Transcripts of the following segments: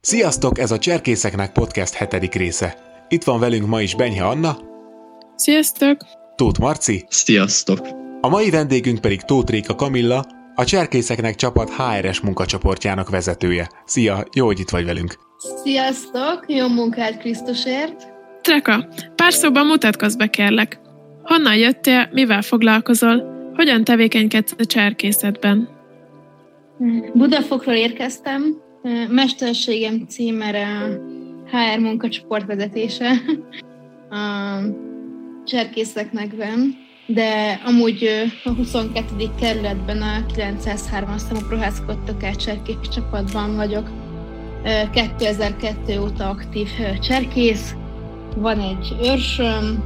Sziasztok, ez a Cserkészeknek podcast 7. része. Itt van velünk ma is Benyhe Anna. Sziasztok! Tóth Marci. Sziasztok! A mai vendégünk pedig Tóth Réka Kamilla, a Cserkészeknek csapat HRS munkacsoportjának vezetője. Szia, jó, hogy itt vagy velünk. Sziasztok, jó munkát Krisztusért! Treka, pár szóban mutatkozz be, kérlek. Honnan jöttél, mivel foglalkozol, hogyan tevékenykedsz a cserkészetben? Budafokról érkeztem, mesterségem címere HR munkacsoport vezetése a Cserkészeknekben, de amúgy a 22. kerületben a 903-as számú Prohászkodtokás cserkész csapatban vagyok. 2002 óta aktív cserkész, van egy őrsöm,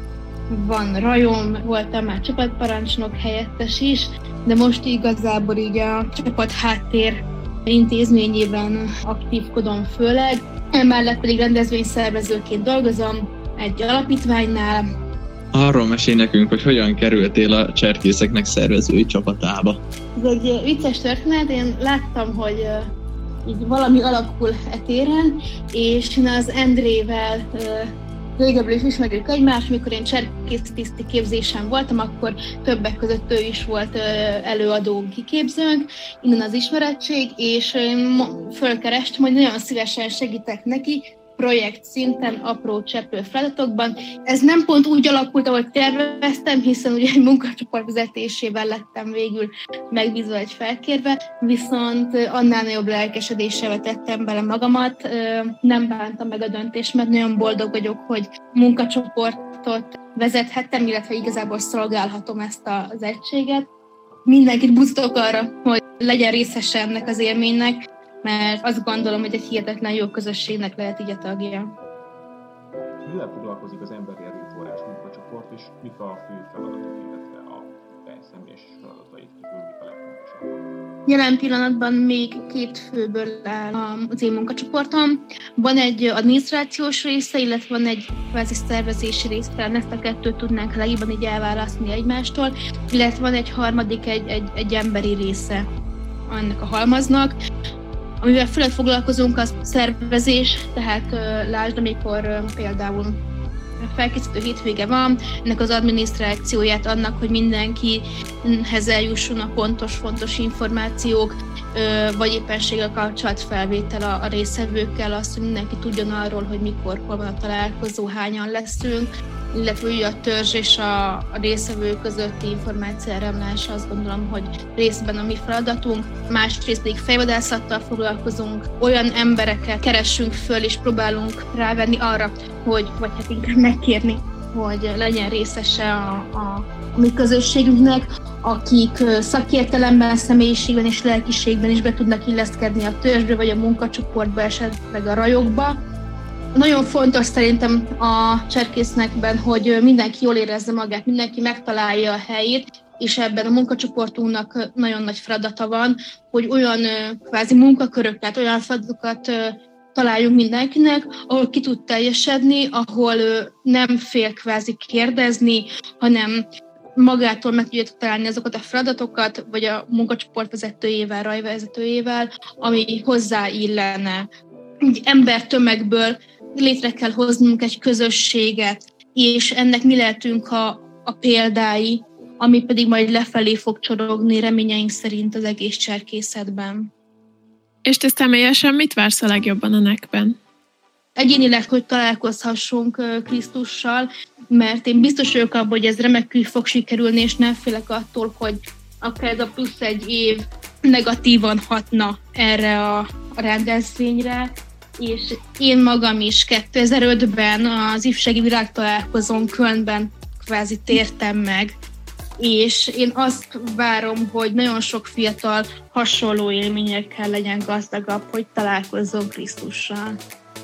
van rajom, voltam már csapatparancsnok helyettes is, de most igazából így a csapat háttér intézményében aktívkodom főleg. Emellett pedig rendezvényszervezőként dolgozom egy alapítványnál. Arról mesélj nekünk, hogy hogyan kerültél a Cserkészeknek szervezői csapatába. Ez egy vicces történet, én láttam, hogy így valami alakul e téren, és én az Endrével régebről is ismerjük egymást, mikor én cserkésztiszti képzésen voltam, akkor többek között ő is volt előadó kiképzőnk, innen az ismerettség, és fölkerestem, hogy nagyon szívesen segítek neki, projekt szinten, apró cseplő feladatokban. Ez nem pont úgy alakult, ahogy terveztem, hiszen ugye egy munkacsoport vezetésével lettem végül megbízva egy felkérve, viszont annál nagyobb lelkesedéssel vetettem bele magamat. Nem bántam meg a döntést, mert nagyon boldog vagyok, hogy munkacsoportot vezethettem, illetve igazából szolgálhatom ezt az egységet. Mindenkit buzdítok arra, hogy legyen részese ennek az élménynek, mert azt gondolom, hogy egy hihetetlen jó közösségnek lehet így a tagja. Mivel foglalkozik az Emberi Erőforrás munkacsoport, és mik a fő feladatok, illetve a te személyes feladatait közül mik a legfontosabbak? Jelen pillanatban még 2 főből áll az én munkacsoportom. Van egy adminisztrációs része, illetve van egy kvázi szervezési része, ezt a 2-t tudnánk legjobban így elválasztani egymástól, illetve van egy harmadik, egy emberi része ennek a halmaznak. Amivel főleg foglalkozunk, az szervezés, tehát lásd, amikor például felkészítő hétvége van, ennek az adminisztrációját annak, hogy mindenkihez eljusson a fontos információk, vagy éppenséggel kapcsolatfelvétel a résztvevőkkel, azt, hogy mindenki tudjon arról, hogy mikor, hol van a találkozó, hányan leszünk, illetve a törzs és a résztvevő közötti információáramlás, azt gondolom, hogy részben a mi feladatunk, másrészt pedig fejvadászattal foglalkozunk, olyan embereket keressünk föl és próbálunk rávenni arra, vagy hát inkább megkérni, hogy legyen részese a mi közösségünknek, akik szakértelemben, személyiségben és lelkiségben is be tudnak illeszkedni a törzsbe, vagy a munkacsoportba, esetleg a rajokba. Nagyon fontos szerintem a cserkészekben, hogy mindenki jól érezze magát, mindenki megtalálja a helyét, és ebben a munkacsoportunknak nagyon nagy feladata van, hogy olyan kvázi munkaköröket, olyan feladatokat találjunk mindenkinek, ahol ki tud teljesedni, ahol nem fél kvázi kérdezni, hanem magától meg tudja találni azokat a feladatokat, vagy a munkacsoport vezetőjével, rajvezetőjével, ami hozzáillene. Egy embertömegből létre kell hoznunk egy közösséget, és ennek mi lehetünk a példái, ami pedig majd lefelé fog csorogni reményeink szerint az egész cserkészetben. És te személyesen mit vársz a legjobban a NEK-ben? Egyénileg, hogy találkozhassunk Krisztussal, mert én biztos vagyok abban, hogy ez remekül fog sikerülni, és nem félek attól, hogy akár ez a plusz egy év negatívan hatna erre a rendezvényre, és én magam is 2005-ben az ifjúsági világtalálkozón Kölnben kvázi tértem meg, és én azt várom, hogy nagyon sok fiatal hasonló élményekkel legyen gazdagabb, hogy találkozzon Krisztussal.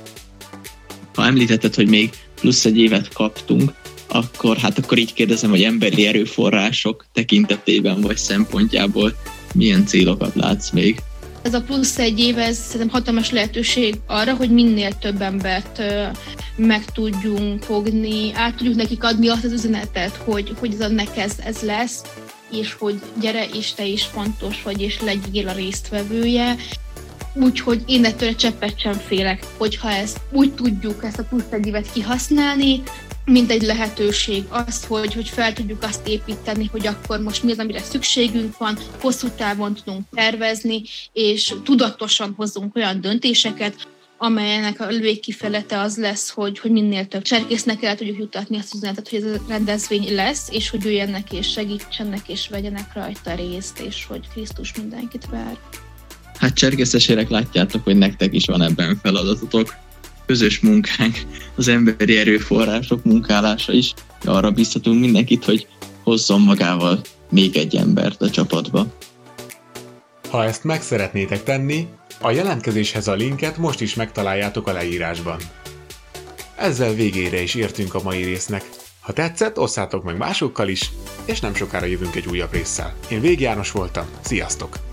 Ha említetted, hogy még plusz egy évet kaptunk, akkor így kérdezem, hogy emberi erőforrások tekintetében vagy szempontjából milyen célokat látsz még? Ez a plusz egy év, ez szerintem hatalmas lehetőség arra, hogy minél több embert meg tudjunk fogni, át tudjuk nekik adni azt az üzenetet, hogy ez a NEK ez lesz, és hogy gyere, és te is fontos vagy, és legyél a résztvevője. Úgyhogy én ettől cseppet sem félek, hogyha ezt úgy tudjuk, ezt a plusz egy évet kihasználni, mint egy lehetőség, azt, hogy fel tudjuk azt építeni, hogy akkor most mi az, amire szükségünk van, hosszú távon tudunk tervezni, és tudatosan hozzunk olyan döntéseket, amelyenek a végkifejlete az lesz, hogy minél több cserkésznek el tudjuk jutatni azt az üzenetet, hogy ez a rendezvény lesz, és hogy jöjjenek és segítsenek, és vegyenek rajta részt, és hogy Krisztus mindenkit vár. Hát cserkésztesérek, látjátok, hogy nektek is van ebben feladatotok. Közös munkánk, az emberi erőforrások munkálása is. Arra biztatunk mindenkit, hogy hozzon magával még egy embert a csapatba. Ha ezt meg szeretnétek tenni, a jelentkezéshez a linket most is megtaláljátok a leírásban. Ezzel végére is értünk a mai résznek. Ha tetszett, osszátok meg másokkal is, és nem sokára jövünk egy újabb résszel. Én Vég János voltam, sziasztok!